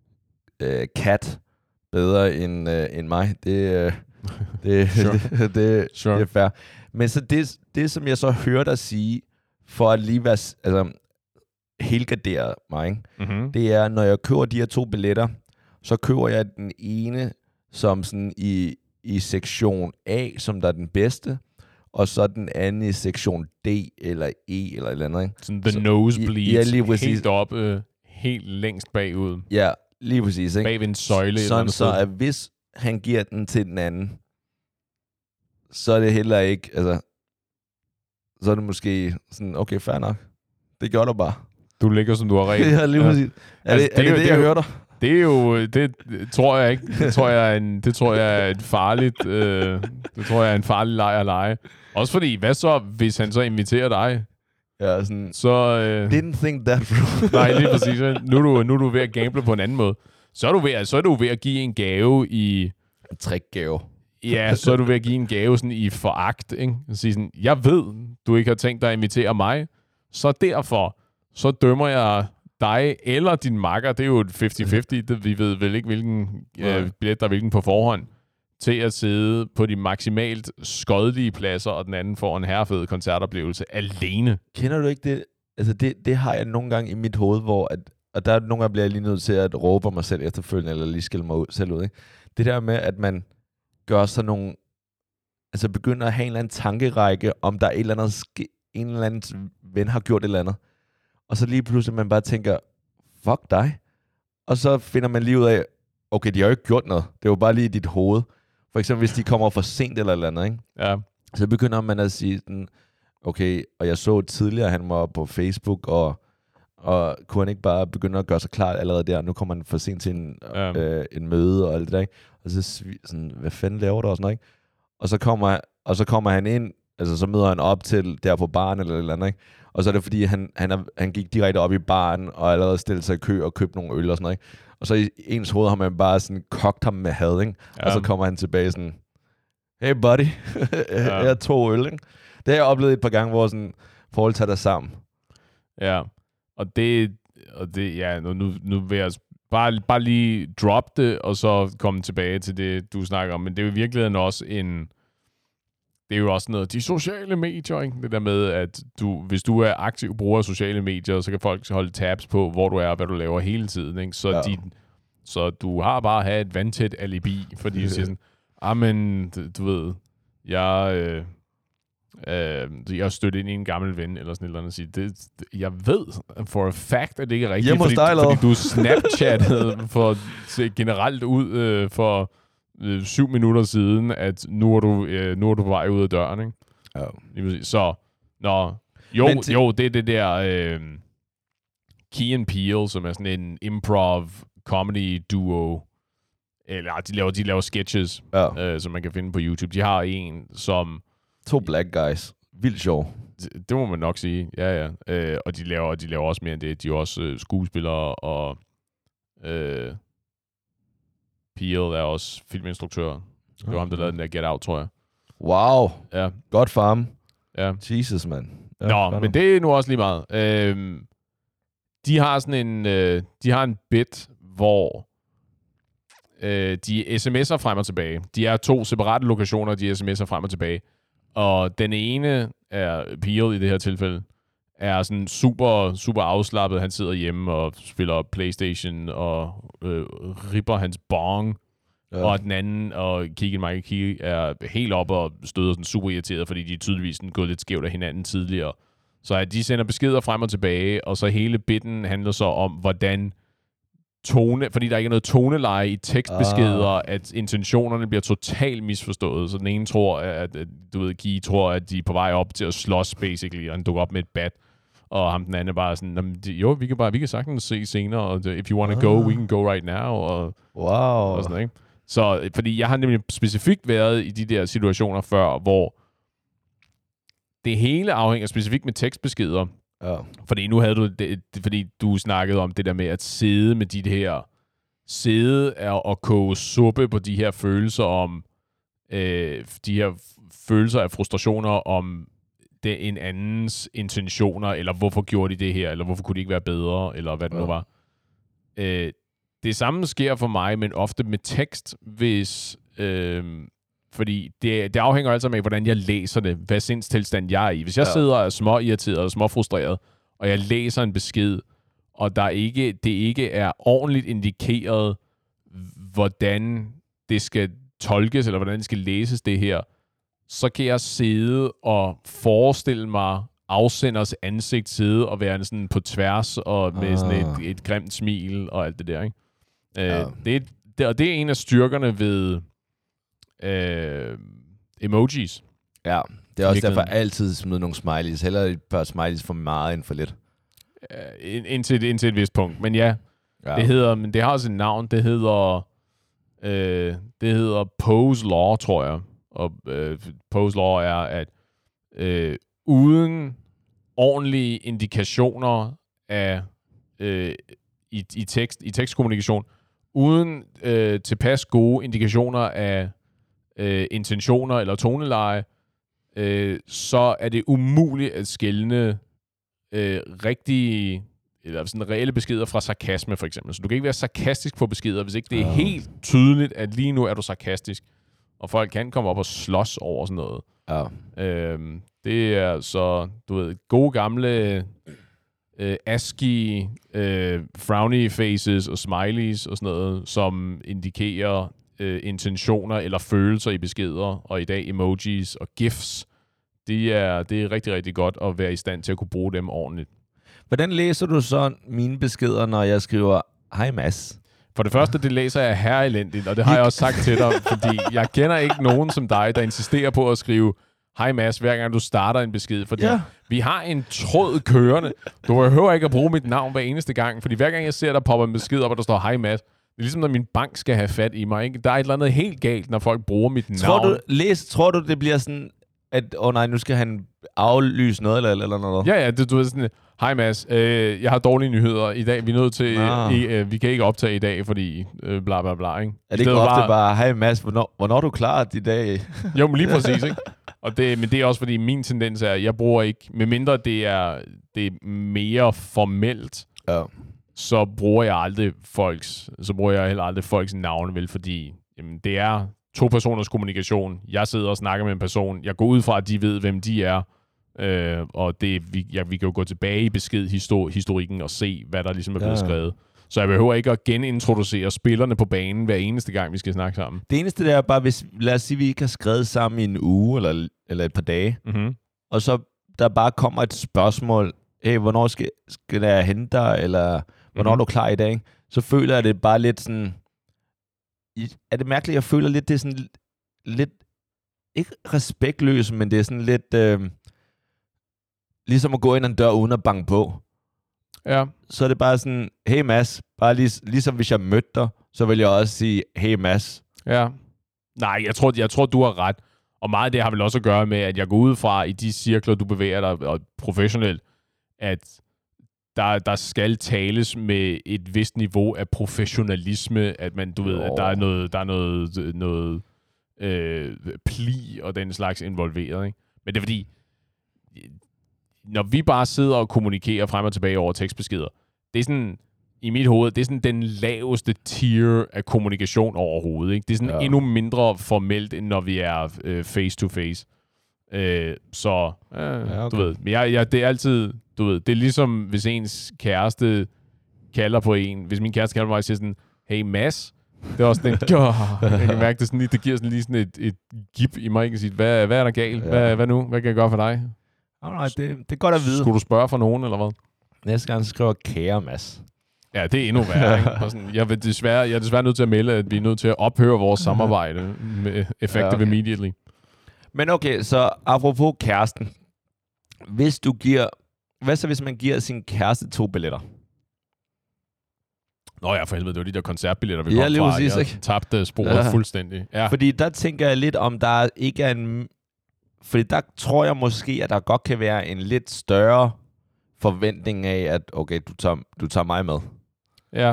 øh, Kat bedre end, øh, end mig. Det, øh, det, sure. det, det, sure. det er fair. Men så det, det, som jeg så hører dig sige, for at lige være altså, helgardere mig, ikke? Mm-hmm. Det er, når jeg køber de her to billetter, så køber jeg den ene som sådan i, i sektion A, som der er den bedste, og så den anden i sektion D eller E eller et eller andet, ikke? Sådan the så, nosebleeds, ja, lige præcis. Helt oppe, øh, helt længst bagud. Ja, lige præcis, ikke? Bag ved en søjle. Sådan så, at hvis han giver den til den anden, så er det heller ikke, altså, så er det måske sådan, okay, fair nok. Det gør du bare. Du ligger, som du har regnet. Ja, lige præcis. Ja. Er, altså, det, er det, det, det, jeg hører dig? Det er jo, det tror jeg ikke. Det tror jeg er en, det tror jeg er et farligt, øh, det tror jeg er en farlig leg at lege. Også fordi, hvad så, hvis han så inviterer dig? Ja, sådan, så... Øh, didn't think that, bro. Nej, lige præcis. Nu er, du, nu er du ved at gamble på en anden måde. Så er du ved, så er du ved at give en gave i... En trickgave. Ja, så er du ved at give en gave sådan i foragt, ikke? At sige sådan, jeg ved, du ikke har tænkt dig at invitere mig, så derfor, så dømmer jeg dig eller din makker, det er jo et halvtreds halvtreds, vi ved vel ikke, hvilken øh, billet der er hvilken på forhånd, til at sidde på de maksimalt skodelige pladser, og den anden får en herrefed koncertoplevelse alene. Kender du ikke det? Altså det, det har jeg nogle gange i mit hoved, hvor at, og der nogle gange bliver jeg lige nødt til at råbe mig selv efterfølgende, eller lige skille mig ud, selv ud, ikke? Det der med, at man gør sådan nogle, altså begynder at have en eller anden tankerække, om der er et eller andet, en eller anden ven har gjort et eller andet. Og så lige pludselig man bare tænker, fuck dig. Og så finder man lige ud af, okay, de har jo ikke gjort noget. Det er jo bare lige i dit hoved. For eksempel, hvis de kommer for sent eller et eller andet, ikke? Ja. Så begynder man at sige sådan, okay, og jeg så tidligere, han var på Facebook, og, og kunne han ikke bare begynde at gøre sig klar allerede der? Nu kommer han for sent til en, ja. øh, en møde og alt det der, ikke? Og så sådan, hvad fanden laver du og sådan noget, ikke? Og så kommer, og så kommer han ind, altså så møder han op til der på baren eller et eller andet, ikke? Og så er det fordi, han, han, er, han gik direkte op i baren og allerede stillede sig i kø og købte nogle øl og sådan noget, ikke? Og så i ens hoved har man bare sådan kogt ham med had, ikke? Ja. Og så kommer han tilbage sådan, hey buddy, ja. Jeg har to øl, ikke? Det har jeg oplevet et par gange, hvor sådan, forhold tager dig sammen. Ja, og det, og det ja, nu, nu vil jeg bare, bare lige droppe det, og så komme tilbage til det, du snakker om. Men det er jo i virkeligheden også en, det er jo også noget, de sociale medier, ikke? Det der med, at du, hvis du er aktiv bruger af sociale medier, så kan folk holde tabs på, hvor du er og hvad du laver hele tiden, ikke? Så, ja. de, så du har bare at have et vandtæt alibi, fordi du siger sådan, ah, men du ved, jeg, øh, øh, jeg har støttet ind i en gammel ven, eller sådan et eller andet, sige, det, jeg ved for a fact, at det ikke er rigtigt, fordi, fordi du snapchattede for generelt ud øh, for øh, syv minutter siden, at nu er du, øh, nu er du på vej ud af døren, ikke? Ja. Så, nå, jo, til... jo, det er det der øh, Key and Peele, som er sådan en improv comedy duo, eller de laver, de laver sketches, ja. øh, som man kan finde på YouTube. De har en, som To black guys. Vildt sjov. Det, det må man nok sige, ja, ja. Øh, og de laver, de laver også mere end det. De er også øh, skuespillere, og øh, Peele er også filminstruktør. Det var ham, der lavede den der Get Out, tror jeg. Wow. Ja. Godt for ham. Ja. Jesus, mand. Ja, Nå, men nu. Det er nu også lige meget. Øh, de har sådan en, øh, de har en bit, hvor øh, de sms'er frem og tilbage. De er to separate lokationer, de sms'er frem og tilbage. Og den ene er Peele i det her tilfælde, er sådan super, super afslappet. Han sidder hjemme og spiller PlayStation og øh, ripper hans bong. Ja. Og den anden, og Keegan-Michael Key, er helt oppe og støder sådan super irriteret, fordi de er tydeligvis gået lidt skævt af hinanden tidligere. Så at de sender beskeder frem og tilbage, og så hele bitten handler så om, hvordan tone, fordi der ikke er noget toneleje i tekstbeskeder, ah. at intentionerne bliver totalt misforstået. Så den ene tror, at, at du ved, Key tror, at de er på vej op til at slås, basically, og han dukker op med et bat. Og ham den anden er bare sådan, jo, vi kan bare, vi kan sagtens se senere, og if you want to ah. go, we can go right now, og, wow. og sådan, ikke? Så, fordi jeg har nemlig specifikt været i de der situationer før, hvor det hele afhænger specifikt med tekstbeskeder. Ja. Fordi nu havde du det, fordi du snakkede om det der med at sidde med de her, sidde og koge suppe på de her følelser om, øh, de her følelser af frustrationer om det, en andens intentioner, eller hvorfor gjorde de det her, eller hvorfor kunne de ikke være bedre, eller hvad det ja. nu var. Øh, det samme sker for mig, men ofte med tekst, hvis... Øh, fordi det, det afhænger altså af, hvordan jeg læser det, hvad sindstilstand jeg er i. Hvis jeg ja. sidder og er små irriteret og små frustreret, og jeg læser en besked, og der ikke, det ikke er ordentligt indikeret, hvordan det skal tolkes, eller hvordan det skal læses det her, så kan jeg sidde og forestille mig afsenders ansigt sidde og være sådan på tværs, og med sådan et, et grimt smil, og alt det der, ikke? Ja. Uh, det, det, og det er en af styrkerne ved uh, emojis. Ja, det er også derfor altid smide nogle smileys. Hellere et par smileys for meget end for lidt. Uh, ind, indtil, indtil et vist punkt. Men ja, ja. Det hedder, men det har også et navn. Det hedder, uh, det hedder Poe's Law, tror jeg. Og uh, Poe's Law er, at uh, uden ordentlige indikationer af uh, i, i, tekst, i tekstkommunikation, uden øh, tilpas gode indikationer af øh, intentioner eller toneleje, øh, så er det umuligt at skelne øh, rigtige, eller sådan reelle beskeder fra sarkasme, for eksempel. Så du kan ikke være sarkastisk på beskeder, hvis ikke det er helt tydeligt, at lige nu er du sarkastisk. Og folk kan komme op og slås over sådan noget. Ja. Øh, det er så, du ved, gode gamle... Uh, ASCII, uh, frowny faces og smileys og sådan noget, som indikerer uh, intentioner eller følelser i beskeder, og i dag emojis og GIFs. De er, det er rigtig, rigtig godt at være i stand til at kunne bruge dem ordentligt. Hvordan læser du så mine beskeder, når jeg skriver, hej Mads? For det første, det læser jeg her elendigt, og det har jeg også sagt til dig, fordi jeg kender ikke nogen som dig, der insisterer på at skrive, hej Mads, hver gang du starter en besked, fordi ja. vi har en tråd kørende. Du behøver ikke at bruge mit navn hver eneste gang, fordi hver gang jeg ser, der popper en besked op, og der står hej Mads, det er ligesom, når min bank skal have fat i mig. Ikke? Der er et eller andet helt galt, når folk bruger mit tror navn. Du, læs, tror du, det bliver sådan, at åh oh nej, nu skal han aflyse noget, eller, eller noget? Ja, ja, det, du er sådan, hej Mads, øh, jeg har dårlige nyheder i dag. Vi er nødt til, ah. i, øh, vi kan ikke optage i dag, fordi øh, bla bla bla. Ikke? Er det ikke ofte bare, bare hej Mads, hvornår, hvornår er du klar i dag? Jo, men lige præcis, ikke? Og det, men det er også fordi, min tendens er, at jeg bruger ikke, medmindre det er, det er mere formelt, ja. så bruger jeg aldrig folks, så bruger jeg heller aldrig folks navne, vel, fordi jamen, det er to personers kommunikation. Jeg sidder og snakker med en person. Jeg går ud fra, at de ved, hvem de er. Øh, og det, vi, ja, vi kan jo gå tilbage i beskedhistorikken og se, hvad der ligesom er blevet ja. skrevet. Så jeg behøver ikke at genintroducere spillerne på banen hver eneste gang, vi skal snakke sammen. Det eneste der er bare, hvis, lad os sige, vi ikke har skrevet sammen i en uge eller, eller et par dage, mm-hmm. og så der bare kommer et spørgsmål, hey, hvornår skal, skal jeg hente dig, eller hvornår mm-hmm. er du klar i dag? Så føler jeg det bare lidt sådan, er det mærkeligt, jeg føler lidt, det er sådan lidt, ikke respektløst, men det er sådan lidt, øh, ligesom at gå ind ad en dør uden at banke på. Ja. Så er det bare sådan, hey Mads, bare lig, ligesom hvis jeg mødte dig, så vil jeg også sige, hey Mads. Ja. Nej, jeg tror, jeg tror, du har ret. Og meget af det har vel også at gøre med, at jeg går ud fra i de cirkler, du bevæger dig og professionelt, at der, der skal tales med et vist niveau af professionalisme, at man, du ved, at der er noget, der er noget, noget øh, pli og den slags involveret. Ikke? Men det er fordi, når vi bare sidder og kommunikerer frem og tilbage over tekstbeskeder, det er sådan, i mit hoved, det er sådan den laveste tier af kommunikation overhovedet. Ikke? Det er sådan ja. endnu mindre formelt, end når vi er øh, face to face. Øh, så, øh, ja, okay. du ved, jeg, jeg, det er altid, du ved, det er ligesom, hvis ens kæreste kalder på en, hvis min kæreste kalder på mig og siger sådan, hey Mads, det er også sådan en, jeg kan mærke, det, sådan lige, det giver sådan lige sådan et, et gip i mig, ikke? Sige, hvad, hvad er der galt? Ja. Hvad, hvad nu? Hvad kan jeg gøre for dig? Alright, det, det er godt at vide. Skulle du spørge for nogen, eller hvad? Næste gang skriver kære Mads. Ja, det er endnu værre, ikke? Sådan, jeg, vil desværre, jeg er desværre nødt til at melde, at vi er nødt til at ophøre vores samarbejde med Effective ja, okay. Immediately. Men okay, så apropos kæresten. Hvis du giver... Hvad så, hvis man giver sin kæreste to billetter? Nå ja, for helvede, det var de der koncertbilletter, vi ja, kom lige fra. Præcis, jeg ikke? tabte sporet ja. fuldstændig. Ja. Fordi der tænker jeg lidt, om der ikke er en... Fordi der tror jeg måske, at der godt kan være en lidt større forventning af, at okay, du tager, du tager mig med. Ja.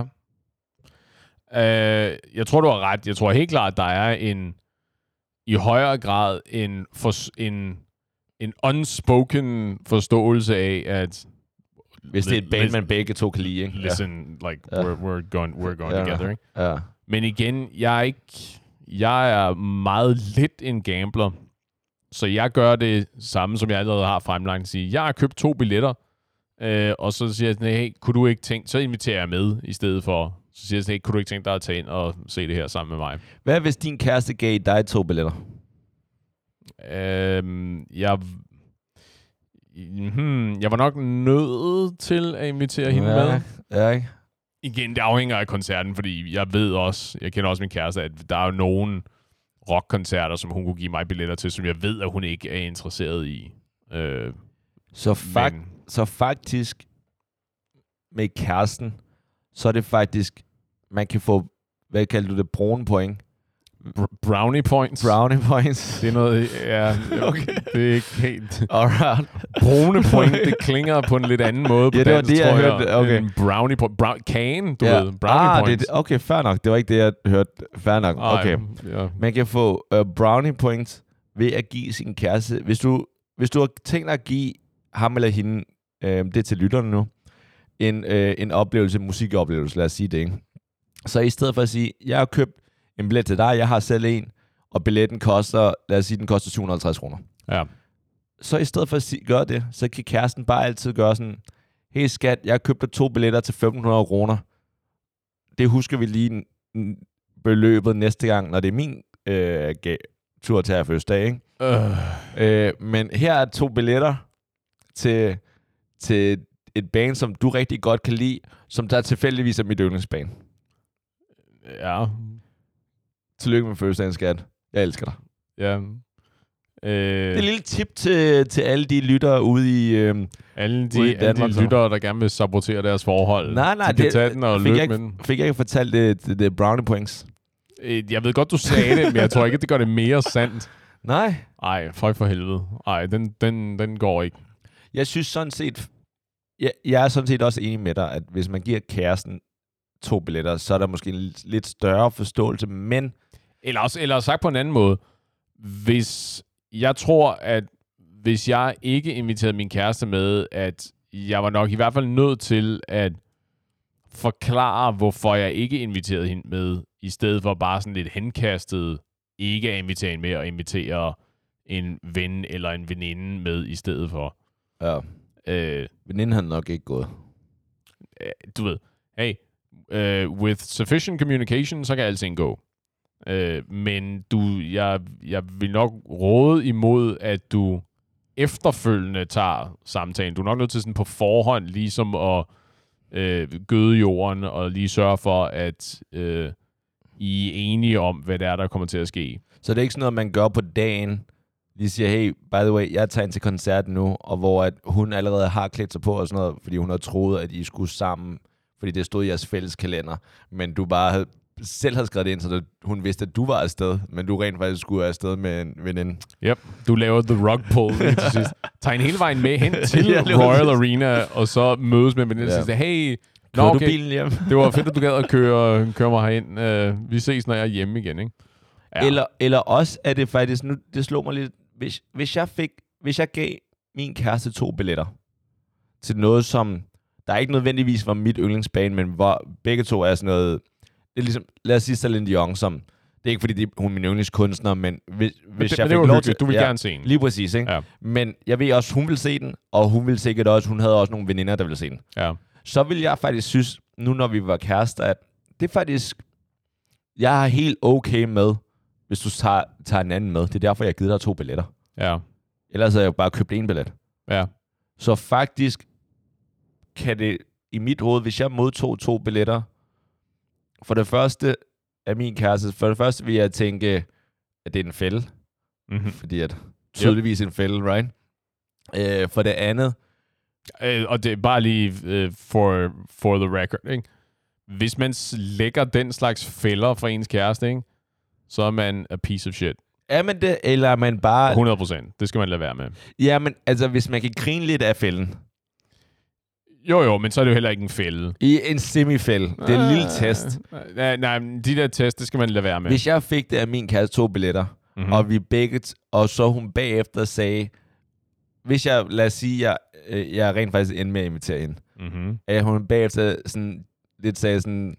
Uh, jeg tror, du har ret. Jeg tror helt klart, at der er en... i højere grad en, for, en, en unspoken forståelse af, at... Hvis det er et band, man begge to kan lide, ikke? Listen, ja. like, ja. we're, we're going, we're going ja. together, ikke? Ja. Men igen, jeg er ikke... Jeg er meget lidt en gambler, så jeg gør det samme, som jeg allerede har fremlagt. Sige, jeg har købt to billetter, øh, og så siger jeg, hey, kunne du ikke tænke... Så inviterer jeg med, i stedet for... Så siger jeg, hey, kunne du ikke tænke dig at tage ind og se det her sammen med mig? Hvad hvis din kæreste gav dig to billetter? Øhm, jeg... Hmm, jeg var nok nødt til at invitere hende ja, med. Ja, ikke? Igen, det afhænger af koncerten, fordi jeg ved også, jeg kender også min kæreste, at der er jo nogle rockkoncerter, som hun kunne give mig billetter til, som jeg ved, at hun ikke er interesseret i. Øh, så, fakt, men... så faktisk med kæresten, så er det faktisk, man kan få, hvad kalder du det, brune point? Br- brownie points. Brownie points. Det er noget, ja, okay. Det er ikke helt... Alright. Brune point, det klinger på en lidt anden måde på ja, det var dansk, det, jeg, jeg hørte. Okay. En brownie point. Brown, can, du ja. ved. Brownie ah, points. Det, okay, fair nok. Det var ikke det, jeg hørte. Fair nok. Okay. Ej, ja. Man kan få uh, brownie points ved at give sin kæreste. Hvis du, hvis du har tænkt dig at give ham eller hende, øh, det til lytterne nu, en, øh, en oplevelse, musikoplevelse, lad os sige det, ikke? Så i stedet for at sige, jeg har købt en billet til dig, jeg har selv en, og billetten koster, lad os sige, den koster syv hundrede og halvtreds kroner. Ja. Så i stedet for at sige, gøre det, så kan kæresten bare altid gøre sådan, hey skat, jeg har købt dig to billetter til femten hundrede kroner. Det husker vi lige beløbet næste gang, når det er min øh, tur til at fødselsdag, ikke? Øh. Øh, men her er to billetter til, til et band, som du rigtig godt kan lide, som der tilfældigvis er mit yndlingsband. Ja. Tillykke med fødselsdagen, skat. Jeg elsker dig. Ja. Øh... Det er et lille tip til, til alle de lyttere ude i øh, Alle de, i Danmark, alle de lyttere, der gerne vil sabotere deres forhold. Nej, nej, de det tage den og fik, jeg ikke, ikke, fik jeg ikke fortalt det, det, det brownie points. Jeg ved godt, du sagde det, men jeg tror ikke, det gør det mere sandt. Nej. Ej, føj for helvede. Ej, den, den, den går ikke. Jeg synes sådan set... Jeg, jeg er sådan set også enig med dig, at hvis man giver kæresten to billetter, så er der måske en lidt større forståelse, men... Eller, også, eller sagt på en anden måde. Hvis... Jeg tror, at hvis jeg ikke inviterede min kæreste med, at jeg var nok i hvert fald nødt til at forklare, hvorfor jeg ikke inviterede hende med, i stedet for bare sådan lidt henkastet, ikke at invitere hende med, og invitere en ven eller en veninde med i stedet for. Ja. Øh, Veninden havde nok ikke gået. Du ved, hey, uh, with sufficient communication, så kan alting gå. Uh, men du, jeg, jeg vil nok råde imod, at du efterfølgende tager samtalen. Du er nok nødt til sådan på forhånd ligesom at uh, gøde jorden og lige sørge for, at uh, I er enige om, hvad det er, der kommer til at ske. Så det er ikke sådan noget, man gør på dagen, lige siger, hey, by the way, jeg tager ind til koncerten nu, og hvor at hun allerede har klædt sig på og sådan noget, fordi hun har troet, at I skulle sammen, fordi det stod i jeres fælles kalender, men du bare havde selv havde skrevet det ind, så det, hun vidste, at du var afsted, men du rent faktisk skulle afsted med en veninde. Yep, du laver the rug pull til sidst. Tager en hele vejen med hen til Royal Arena, og så mødes med veninden og siger, hey, nå, okay, du bilen hjem? Det var fedt, at du gad at køre, køre mig herind. Uh, vi ses, når jeg er hjemme igen, ikke? Ja. Eller, eller også er det faktisk, nu det slog mig lidt, hvis, hvis, jeg fik, hvis jeg gav min kæreste to billetter til noget, som der ikke nødvendigvis var mit yndlingsbane, men hvor begge to er sådan noget, det er ligesom, lad os sige Celine Dion, som, det er ikke fordi, det, hun er min yndlingskunstner, men hvis, men hvis det, jeg men fik det lov til... Du vil ja, gerne se den. Lige præcis, ikke? Ja. Men jeg ved også, hun vil se den, og hun vil sikkert også, hun havde også nogle veninder, der ville se den. Ja. Så vil jeg faktisk synes, nu når vi var kærester, at det er faktisk, jeg er helt okay med, hvis du tager, tager en anden med. Det er derfor, jeg har givet dig to billetter. Ja. Ellers havde jeg jo bare købt en billet. Ja. Så faktisk kan det i mit hoved, hvis jeg modtog to billetter, for det første af min kæreste, for det første vil jeg tænke, at det er en fælde. Mm-hmm. Fordi at tydeligvis yep. en fælde, right? Øh, for det andet... Øh, og det er bare lige uh, for, for the record, ikke? Hvis man lægger den slags fælder for ens kæreste, ikke? Så er man a piece of shit. Er man det, eller er man bare... hundrede procent. Det skal man lade være med. Ja, men altså, hvis man kan grine lidt af fælden. Jo, jo, men så er det jo heller ikke en fælde. I en semifælde. Det er en lille test. Nej, nej, de der test, det skal man lade være med. Hvis jeg fik det af min kæreste to billetter, mm-hmm. og vi begge... T- og så hun bagefter sagde... Hvis jeg, lad os sige, jeg, jeg rent faktisk endte med at invitere hende. Mm-hmm. At hun bagefter sådan... Lidt sagde sådan...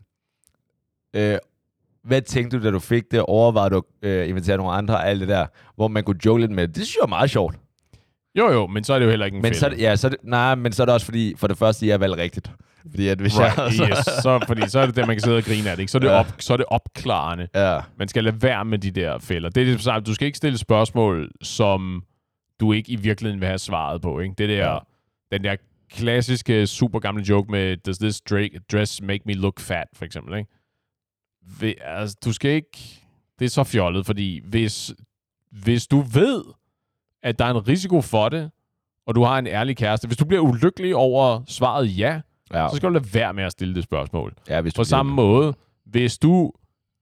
Øh, hvad tænkte du, da du fik det? Overvejede du at øh, invitere nogle andre og alt det der? Hvor man kunne joke lidt med det. Det synes jeg er meget sjovt. Jo, jo, men så er det jo heller ikke en men fælde. Så det, ja, så det, nej, men så er det også fordi, for det første, jeg valgte rigtigt. Fordi at hvis right, jeg... Så, yes. så, fordi så er det det, man kan sidde og grine af det, ikke? Så er det, ja. op, så er det opklarende. Ja. Man skal lade være med de der fælder. Det er, du skal ikke stille spørgsmål, som du ikke i virkeligheden vil have svaret på, ikke? Det der, ja. Den der klassiske, super gamle joke med, does this dress make me look fat, for eksempel, ikke? Ved, altså, du skal ikke... Det er så fjollet, fordi hvis, hvis du ved, at der er en risiko for det, og du har en ærlig kæreste, hvis du bliver ulykkelig over svaret ja, ja. så skal du lade være med at stille det spørgsmål. Ja, hvis du På samme det. måde, hvis du,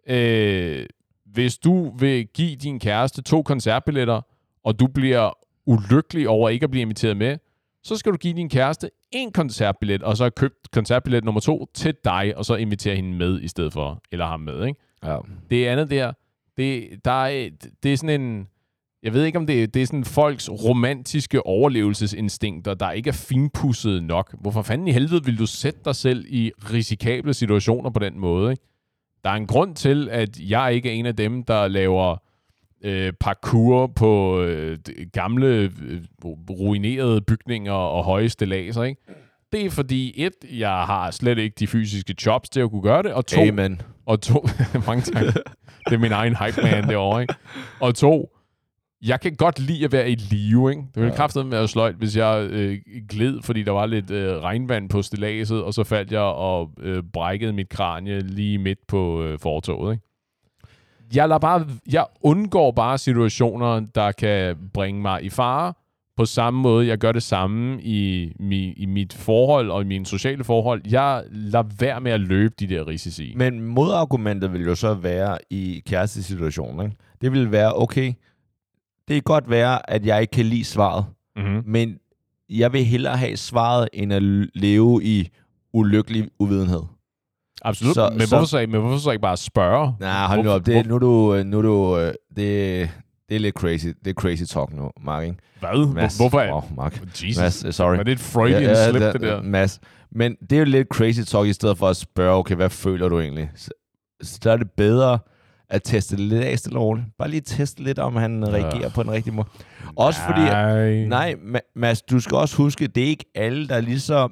øh, hvis du vil give din kæreste to koncertbilletter, og du bliver ulykkelig over ikke at blive inviteret med, så skal du give din kæreste en koncertbillet, og så har købt koncertbillet nummer to til dig, og så invitere hende med i stedet for, eller ham med, ikke? Ja. Det andet der, det, der er, det er sådan en, jeg ved ikke om det, det er sådan folks romantiske overlevelsesinstinkter, der ikke er finpudset nok. Hvorfor fanden i helvede vil du sætte dig selv i risikable situationer på den måde, ikke? Der er en grund til, at jeg ikke er en af dem, der laver øh, parkour på øh, gamle, øh, ruinerede bygninger og høje stilladser, ikke? Det er fordi, et, jeg har slet ikke de fysiske chops til at kunne gøre det, og to... Amen. Og to... mange tak. Det er min egen hype man derovre, ikke? Og to... Jeg kan godt lide at være i live, ikke? Det ville ja. kraftigt være sløjt, hvis jeg øh, gled, fordi der var lidt øh, regnvand på stilladset, og så faldt jeg og øh, brækkede mit kranie lige midt på øh, fortovet, ikke? Jeg, lader bare, jeg undgår bare situationer, der kan bringe mig i fare. På samme måde, jeg gør det samme i, mi, i mit forhold og i mine sociale forhold. Jeg lader være med at løbe de der risici. Men modargumentet vil jo så være i kærestesituationen, ikke? Det vil være, okay, det kan godt være, at jeg ikke kan lide svaret, mm-hmm. men jeg vil hellere have svaret, end at leve i ulykkelig uvidenhed. Absolut, så, men, så, hvorfor så, men hvorfor så ikke bare spørge? Nej, hold nu op. Det, nu er du, nu er du, det, det er lidt crazy. Det er crazy talk nu, Mark, ikke? Hvad? Mads, hvorfor er wow, Mark. Jesus. Mads, sorry. Var det et Freudian ja, ja, slip, det, det der? Mads. Men det er jo lidt crazy talk, i stedet for at spørge, okay, hvad føler du egentlig? Så, så er det bedre at teste lidt af stille og Bare lige teste lidt, om han ja. reagerer på den rigtige måde. Også fordi... Nej. Nej, Mads, du skal også huske, det er ikke alle, der lige så...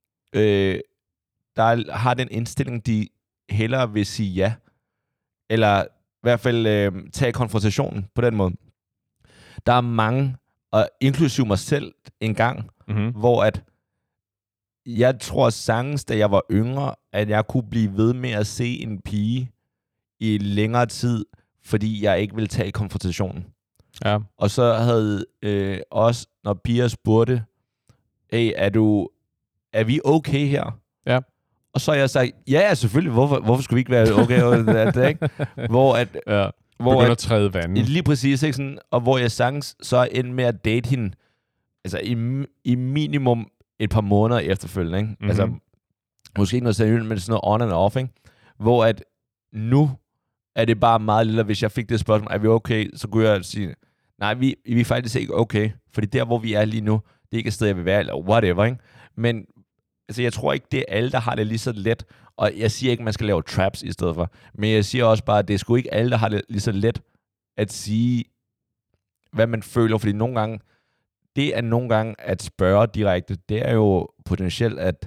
Øh, der har den indstilling, de hellere vil sige ja. Eller i hvert fald øh, tage konfrontationen på den måde. Der er mange, og inklusive mig selv en gang, mm-hmm. hvor at jeg tror sagtens, da jeg var yngre, at jeg kunne blive ved med at se en pige i længere tid, fordi jeg ikke ville tage konfrontationen. Ja. Og så havde øh, også, når piger spurgte, hey, er du, er vi okay her? Ja. Og så har jeg sagt, ja, selvfølgelig, hvorfor, hvorfor skulle vi ikke være okay over det, ikke? Hvor at... Ja, hvor begynder at, at træde vandet. Lige præcis, ikke? Sådan, og hvor jeg sagtens så endte med at date hende, altså i, i minimum et par måneder efterfølgende, ikke? Mm-hmm. Altså, måske ikke noget seriøst, men sådan noget on and off, ikke? Hvor at nu er det bare meget lille, hvis jeg fik det spørgsmål, er vi okay, så kunne jeg sige, nej, vi, vi er faktisk ikke okay, fordi der, hvor vi er lige nu, det er ikke et sted, jeg vil være, eller whatever, ikke? Men altså, jeg tror ikke, det er alle, der har det lige så let, og jeg siger ikke, man skal lave traps i stedet for, men jeg siger også bare, at det er sgu ikke alle, der har det lige så let at sige, hvad man føler, fordi nogle gange, det er nogle gange at spørge direkte, det er jo potentielt at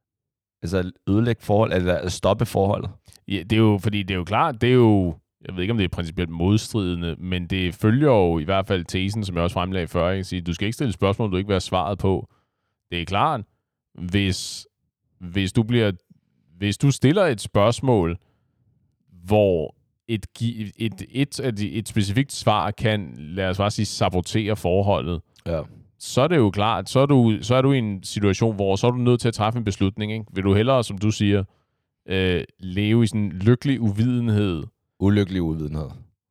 altså ødelægge forhold, eller at stoppe forholdet. Ja, det er jo, fordi det er jo klart, det er jo, jeg ved ikke, om det er principielt modstridende, men det følger jo i hvert fald tesen, som jeg også fremlagde før, ikke? Sige, du skal ikke stille spørgsmål, du ikke vil have svaret på. Det er klart, hvis, hvis du bliver, hvis du stiller et spørgsmål, hvor et, et, et, et, et, et specifikt svar kan, lad os bare sige, sabotere forholdet, ja. Så er det jo klart, så er, du, så er du i en situation, hvor så er du nødt til at træffe en beslutning. Ikke? Vil du hellere, som du siger, øh, leve i sådan en lykkelig uvidenhed? Ulykkelig uvidenhed.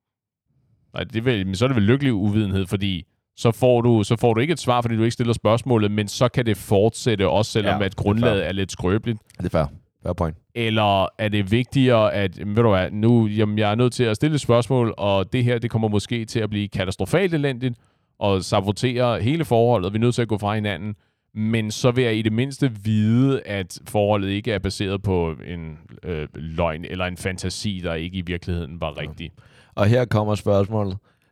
Nej, det vil, men så er det vel lykkelig uvidenhed, fordi så får, du, så får du ikke et svar, fordi du ikke stiller spørgsmålet, men så kan det fortsætte, også selvom ja, at grundlaget er, er lidt skrøbeligt. Det er fair. Fair point. Eller er det vigtigere, at ved du hvad, nu jamen, jeg er nødt til at stille et spørgsmål, og det her det kommer måske til at blive katastrofalt elendigt, og sabotere hele forholdet, og vi er nødt til at gå fra hinanden. Men så vil jeg i det mindste vide, at forholdet ikke er baseret på en øh, løgn eller en fantasi, der ikke i virkeligheden var rigtig. Ja. Og her kommer spørgsmålet.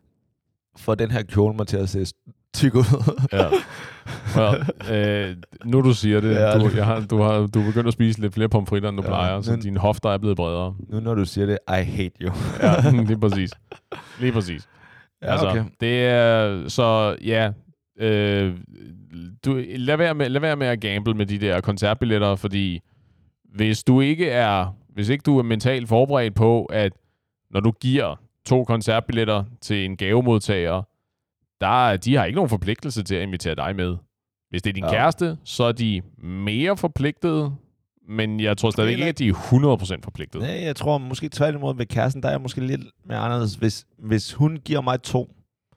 Får den her kjole mig til at se tyk ud? Ja. Well, øh, nu du siger det, ja, du, jeg har, du har du er begyndt at spise lidt flere pomfritter, end du ja, plejer, så dine hofter er blevet bredere. Nu når du siger det, I hate you. Ja, lige præcis. Lige præcis. Ja, altså, okay. Det er, så ja, øh, du, lad, være med, lad være med at gamble med de der koncertbilletter, fordi hvis du ikke er, hvis ikke du er mentalt forberedt på, at når du giver to koncertbilletter til en gavemodtager, der, de har ikke nogen forpligtelse til at invitere dig med. Hvis det er din ja. kæreste, så er de mere forpligtede, men jeg tror stadig ikke, at de er hundrede procent forpligtede. Nej, jeg tror måske tværtimod ved kæresten, der er måske lidt mere anderledes. Hvis, hvis hun giver mig to,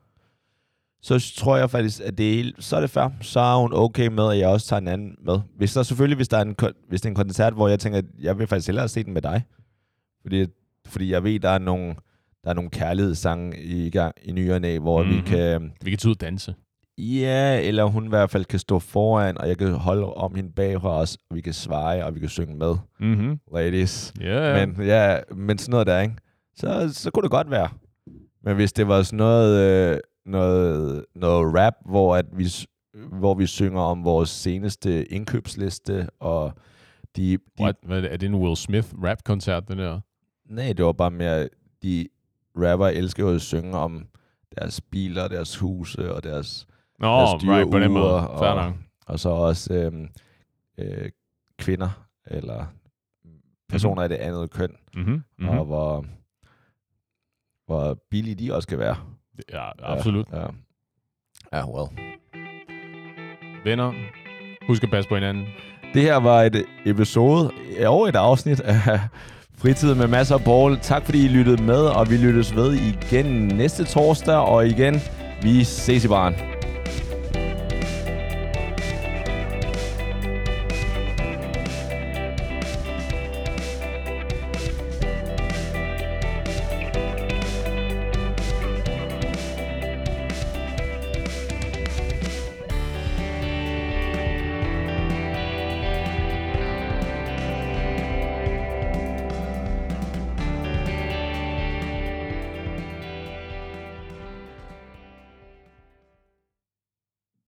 så tror jeg faktisk, at det er, så er det fair. Så er hun okay med, at jeg også tager en anden med. Hvis der selvfølgelig, hvis der er en, hvis det er en koncert, hvor jeg tænker, at jeg vil faktisk hellere se den med dig. Fordi, fordi jeg ved, der er nogle, der er nogle kærlighedssange i gang i ny og næ, hvor mm-hmm. vi kan... Vi kan tage ud og danse. Ja, eller hun i hvert fald kan stå foran, og jeg kan holde om hende bagfra os, og vi kan sveje, og vi kan synge med. Mm-hmm. Ladies. Yeah. Men, ja, men sådan noget der, ikke? Så, så kunne det godt være. Men hvis det var sådan noget, øh, noget, noget rap, hvor, at vi, hvor vi synger om vores seneste indkøbsliste, og de... de What? Hvad er, det? Er det en Will Smith rap-koncert, den der? Nej, det var bare mere, de rapper elsker jo at synge om deres biler, deres huse, og deres... Nå, no, right, på den måde. Fair nok. Og, og så også øh, øh, kvinder, eller personer mm-hmm. af det andet køn, mm-hmm. Mm-hmm. og hvor, hvor billige de også kan være. Ja, absolut. Ja, ja. ja well. Venner, husk at passe på hinanden. Det her var et episode, og et afsnit af Fritid med Mads og Paul. Tak fordi I lyttede med, og vi lyttes ved igen næste torsdag, og igen, vi ses i baren.